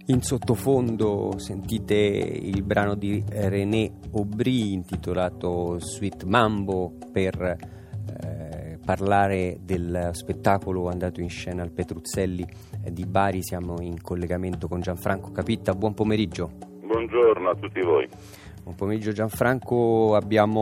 In sottofondo sentite il brano di René Aubry intitolato Sweet Mambo per parlare del spettacolo andato in scena al Petruzzelli di Bari. Siamo in collegamento con Gianfranco Capitta. Buon pomeriggio. Buongiorno a tutti voi. Buon pomeriggio Gianfranco.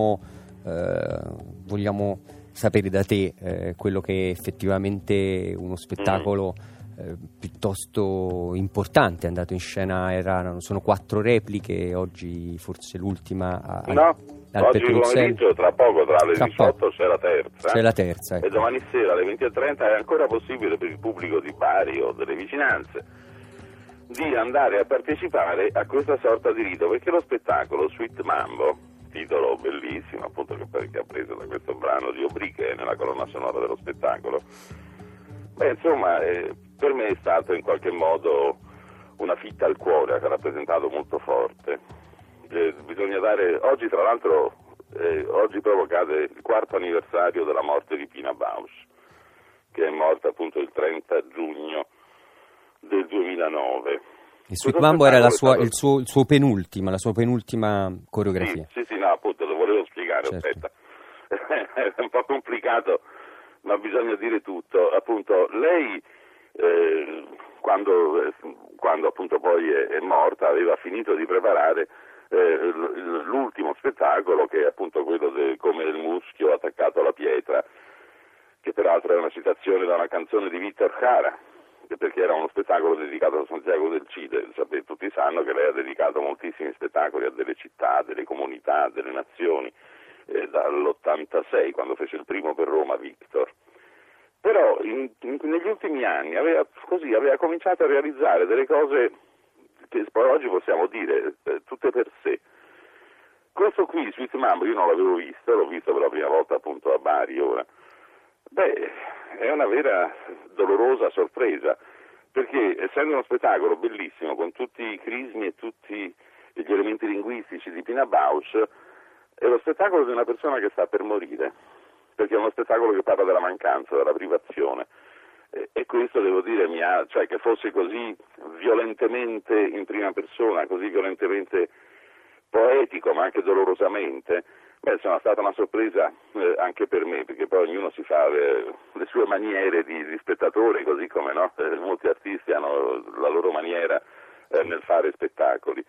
Vogliamo sapere da te quello che è effettivamente uno spettacolo piuttosto importante, è andato in scena, sono 4 repliche, oggi forse l'ultima al oggi Petruzzelli. pomeriggio, tra poco, tra le 18 c'è la terza. C'è la terza, ecco. E domani sera alle 20:30 è ancora possibile per il pubblico di Bari o delle vicinanze di andare a partecipare a questa sorta di rito, perché lo spettacolo Sweet Mambo, titolo bellissimo appunto che ha preso da questo brano di Aubry che è nella colonna sonora dello spettacolo, insomma per me è stato in qualche modo una fitta al cuore, ha rappresentato molto forte. Bisogna dare, oggi tra l'altro, oggi proprio cade il 4º anniversario della morte di Pina Bausch, che è morta appunto il 30 giugno del 2009. Il Sweet Mambo era la sua penultima coreografia. Sì, no, appunto, lo volevo spiegare, certo. Aspetta. È un po' complicato, ma bisogna dire tutto. Appunto, lei quando appunto poi è morta aveva finito di preparare l'ultimo spettacolo, che è appunto quello come il muschio attaccato alla pietra, che peraltro è una citazione da una canzone di Víctor Jara, perché era uno spettacolo dedicato a Santiago del Cide. Tutti sanno che lei ha dedicato moltissimi spettacoli a delle città, delle comunità, a delle nazioni, dall'86 quando fece il primo per Roma, Victor. Però negli ultimi anni aveva cominciato a realizzare delle cose che poi oggi possiamo dire tutte per sé. Questo qui, Sweet Mambo, io non l'avevo visto, l'ho visto per la prima volta appunto a Bari ora. È una vera dolorosa sorpresa, perché essendo uno spettacolo bellissimo con tutti i crismi e tutti gli elementi linguistici di Pina Bausch, è lo spettacolo di una persona che sta per morire, perché è uno spettacolo che parla della mancanza, della privazione, e questo devo dire che fosse così violentemente in prima persona, così violentemente poetico, ma anche dolorosamente, è stata una sorpresa anche per me, perché poi ognuno si fa le sue maniere di spettatore, così come molti artisti hanno la loro maniera nel fare spettacoli.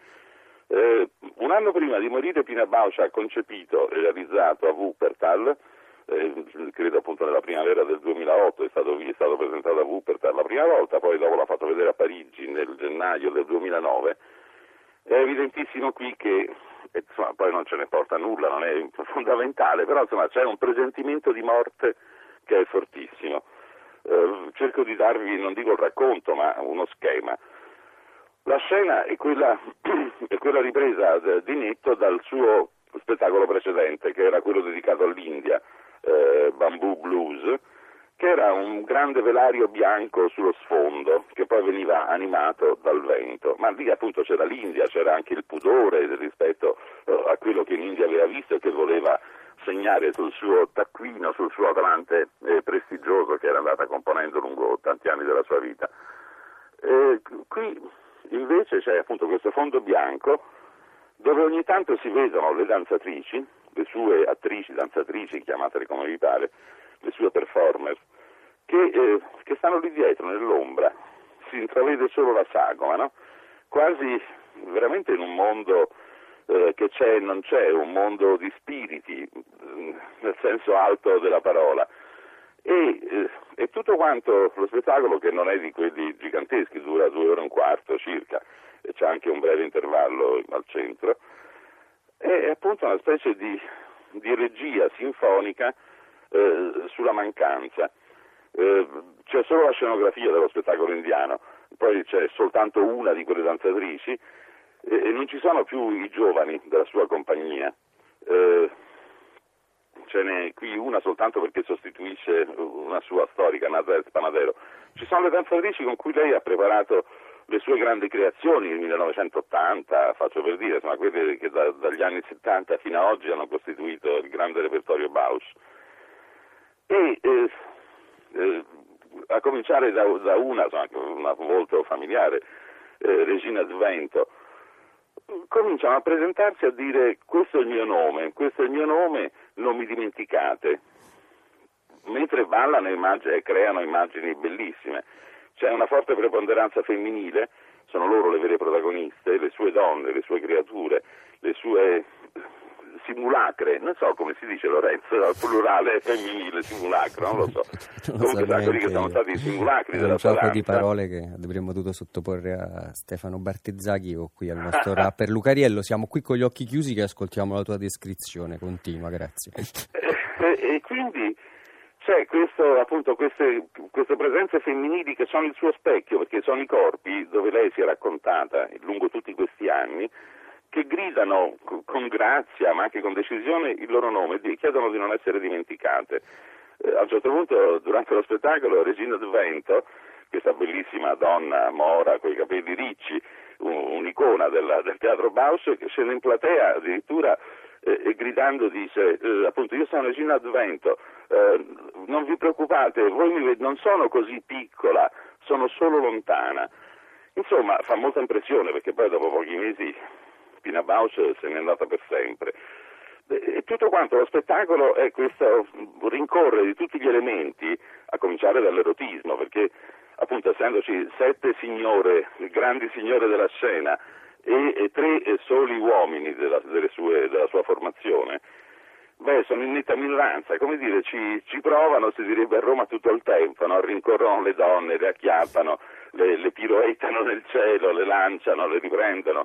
Un anno prima di morire Pina Bausch ha concepito e realizzato a Wuppertal, credo appunto nella primavera del 2008 è stato presentato a Wuppertal la prima volta, poi dopo l'ha fatto vedere a Parigi nel gennaio del 2009. È evidentissimo qui che poi non ce ne porta nulla, non è fondamentale, però c'è un presentimento di morte che è fortissimo. Cerco di darvi, non dico il racconto, ma uno schema. La scena è quella ripresa di netto dal suo spettacolo precedente, che era quello dedicato all'India, Bamboo Blues, che era un grande velario bianco sullo sfondo, che poi veniva animato dal vento. Ma lì appunto c'era l'India, c'era anche il pudore rispetto a quello che l'India aveva visto e che voleva segnare sul suo taccuino, sul suo Atlante prestigioso che era andata componendo lungo tanti anni della sua vita. Qui invece c'è appunto questo fondo bianco dove ogni tanto si vedono le danzatrici, le sue attrici, danzatrici, chiamatele come vi pare, le sue performer, che stanno lì dietro nell'ombra, si intravede solo la sagoma, no? Quasi veramente in un mondo che c'è e non c'è, un mondo di spiriti, nel senso alto della parola. E tutto quanto lo spettacolo, che non è di quelli giganteschi, dura 2 ore e un quarto circa, e c'è anche un breve intervallo al centro, è appunto una specie di regia sinfonica sulla mancanza. C'è solo la scenografia dello spettacolo indiano, poi c'è soltanto una di quelle danzatrici e non ci sono più i giovani della sua compagnia. Ce n'è qui una soltanto perché sostituisce una sua storica, Nazareth Panadero. Ci sono le danzatrici con cui lei ha preparato le sue grandi creazioni nel 1980, faccio per dire, insomma, quelle che dagli anni 70 fino ad oggi hanno costituito il grande repertorio Bausch. E a cominciare da una molto familiare, Regina d'Vento, cominciano a presentarsi a dire questo è il mio nome, non mi dimenticate, mentre ballano e creano immagini bellissime. C'è una forte preponderanza femminile, sono loro le vere protagoniste, le sue donne, le sue creature, le sue simulacre, non so come si dice, Lorenzo, al plurale femminile, simulacro, non lo so. Comunque so quelli che sono stati i simulacri della sua danza. Un gioco di parole che avremmo dovuto sottoporre a Stefano Bartezzaghi o qui al nostro rapper Lucariello. Siamo qui con gli occhi chiusi che ascoltiamo la tua descrizione. Continua, grazie. E quindi c'è queste presenze femminili che sono il suo specchio, perché sono i corpi dove lei si è raccontata lungo tutti questi anni, che gridano con grazia ma anche con decisione il loro nome e chiedono di non essere dimenticate. A un certo punto, durante lo spettacolo, Regina d'Vento, questa bellissima donna mora con i capelli ricci, un'icona del teatro Bausch, che scende in platea addirittura e gridando dice appunto io sono Regina d'Vento, non vi preoccupate, voi non sono così piccola, sono solo lontana. Insomma, fa molta impressione perché poi dopo pochi mesi Pina Bausch se n'è andata per sempre. E tutto quanto lo spettacolo è questo rincorrere di tutti gli elementi, a cominciare dall'erotismo, perché appunto essendoci 7 signore, grandi signore della scena e 3 soli uomini della sua formazione, sono in netta minoranza, come dire, ci provano, si direbbe a Roma tutto il tempo, no? Rincorrono le donne, le acchiappano, le piroettano nel cielo, le lanciano, le riprendono.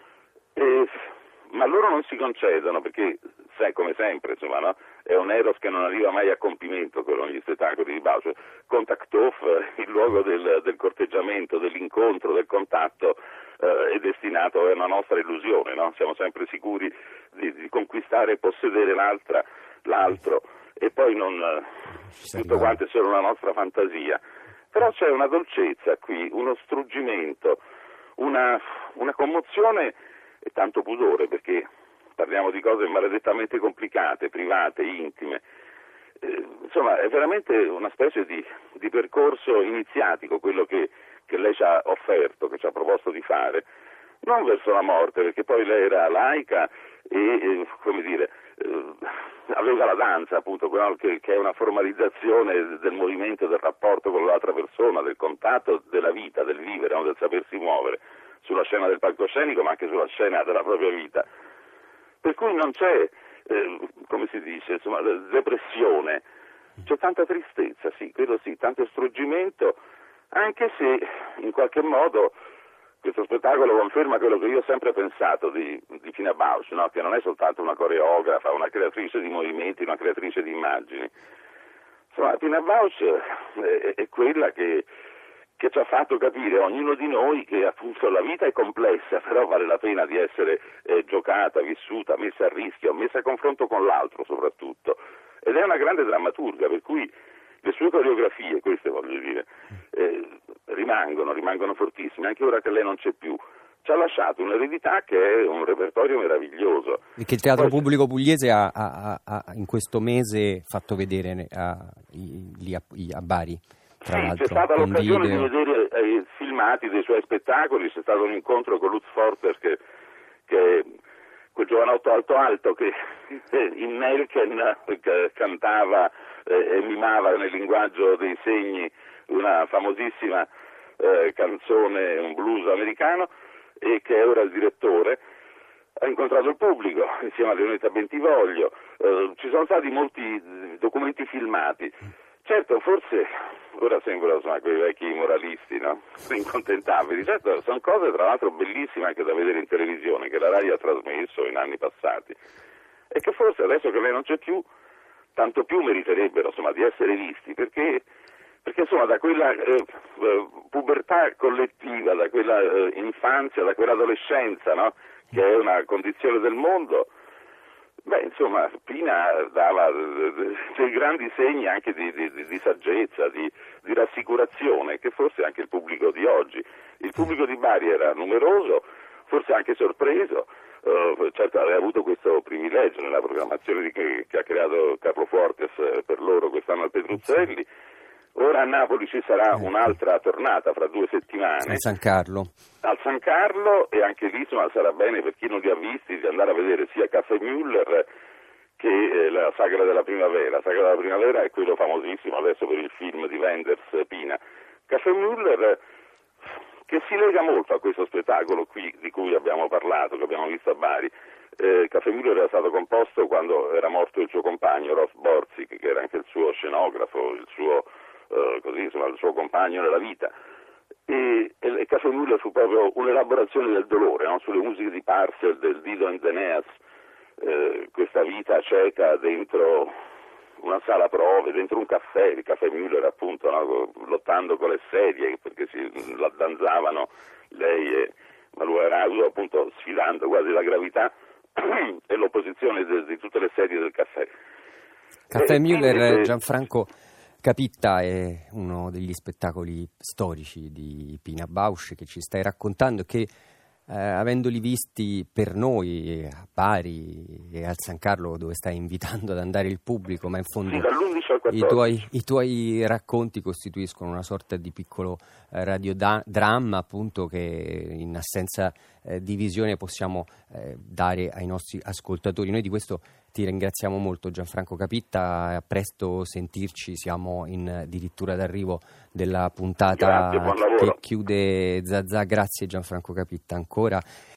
Ma loro non si concedono perché, come sempre, insomma, no? È un eros che non arriva mai a compimento con gli spettacoli di Bausch. Kontakthof, il luogo del corteggiamento, dell'incontro, del contatto, è destinato a una nostra illusione, no? Siamo sempre sicuri di conquistare e possedere l'altro e poi tutto quanto è solo una nostra fantasia. Però c'è una dolcezza qui, uno struggimento, una commozione e tanto pudore, perché parliamo di cose maledettamente complicate, private, intime. Insomma, è veramente una specie di percorso iniziatico quello che lei ci ha offerto, che ci ha proposto di fare, non verso la morte, perché poi lei era laica e aveva la danza, appunto, che è una formalizzazione del movimento, del rapporto con l'altra persona, del contatto, della vita, del vivere, no? Del sapersi muovere sulla scena del palcoscenico, ma anche sulla scena della propria vita. Per cui non c'è, come si dice, insomma, depressione, c'è tanta tristezza, sì, quello sì, tanto struggimento, anche se in qualche modo questo spettacolo conferma quello che io ho sempre pensato di Pina Bausch, no? Che non è soltanto una coreografa, una creatrice di movimenti, una creatrice di immagini. Insomma, Pina Bausch è quella che ci ha fatto capire ognuno di noi che appunto la vita è complessa, però vale la pena di essere giocata, vissuta, messa a rischio, messa a confronto con l'altro soprattutto. Ed è una grande drammaturga, per cui le sue coreografie, queste voglio dire, rimangono fortissime, anche ora che lei non c'è più. Ci ha lasciato un'eredità che è un repertorio meraviglioso. E che il Teatro Pubblico Pugliese ha in questo mese fatto vedere lì a Bari. Tra l'altro, c'è stata l'occasione di vedere filmati dei suoi spettacoli, c'è stato un incontro con Lutz Forster che quel giovanotto alto che in Nelken cantava e mimava nel linguaggio dei segni una famosissima canzone, un blues americano, e che è ora il direttore. Ha incontrato il pubblico insieme a Leonetta Bentivoglio, ci sono stati molti documenti filmati. Certo, forse ora sembrano quei vecchi moralisti, no? Incontentabili. Certo, sono cose tra l'altro bellissime anche da vedere in televisione, che la Rai ha trasmesso in anni passati, e che forse adesso che lei non c'è più, tanto più meriterebbero, insomma, di essere visti, perché insomma da quella pubertà collettiva, da quella infanzia, da quell'adolescenza, no? Che è una condizione del mondo. Insomma, Pina dava dei grandi segni anche di saggezza, di rassicurazione, che forse anche il pubblico di oggi. Il pubblico di Bari era numeroso, forse anche sorpreso, certo aveva avuto questo privilegio nella programmazione che ha creato Carlo Fuortes per loro quest'anno al Petruzzelli. Ora a Napoli ci sarà un'altra tornata fra 2 settimane. A San Carlo. Al San Carlo, e anche lì insomma, sarà bene per chi non li ha visti di andare a vedere sia Café Müller che la Sagra della Primavera. La Sagra della Primavera è quello famosissimo adesso per il film di Wenders, Pina. Café Müller, che si lega molto a questo spettacolo qui di cui abbiamo parlato, che abbiamo visto a Bari. Café Müller era stato composto quando era morto il suo compagno Ross Borzik, che era anche il suo scenografo, il suo il suo compagno nella vita. E Café Müller fu proprio un'elaborazione del dolore, no? Sulle musiche di Parcel, del Dido and Eneas, questa vita cieca dentro una sala prove, dentro un caffè, il Café Müller appunto, no? Lottando con le sedie perché si danzavano lei e Malou Araujo, appunto sfidando quasi la gravità e l'opposizione di tutte le sedie del caffè. Café Müller, Gianfranco Capitta, è uno degli spettacoli storici di Pina Bausch che ci stai raccontando, che avendoli visti per noi a Bari e al San Carlo, dove stai invitando ad andare il pubblico, ma in fondo i tuoi racconti costituiscono una sorta di piccolo radiodramma, appunto, che in assenza di visione possiamo dare ai nostri ascoltatori. Noi di questo ti ringraziamo molto, Gianfranco Capitta. A presto sentirci, siamo addirittura d'arrivo della puntata che chiude Zazà. Grazie Gianfranco Capitta ancora.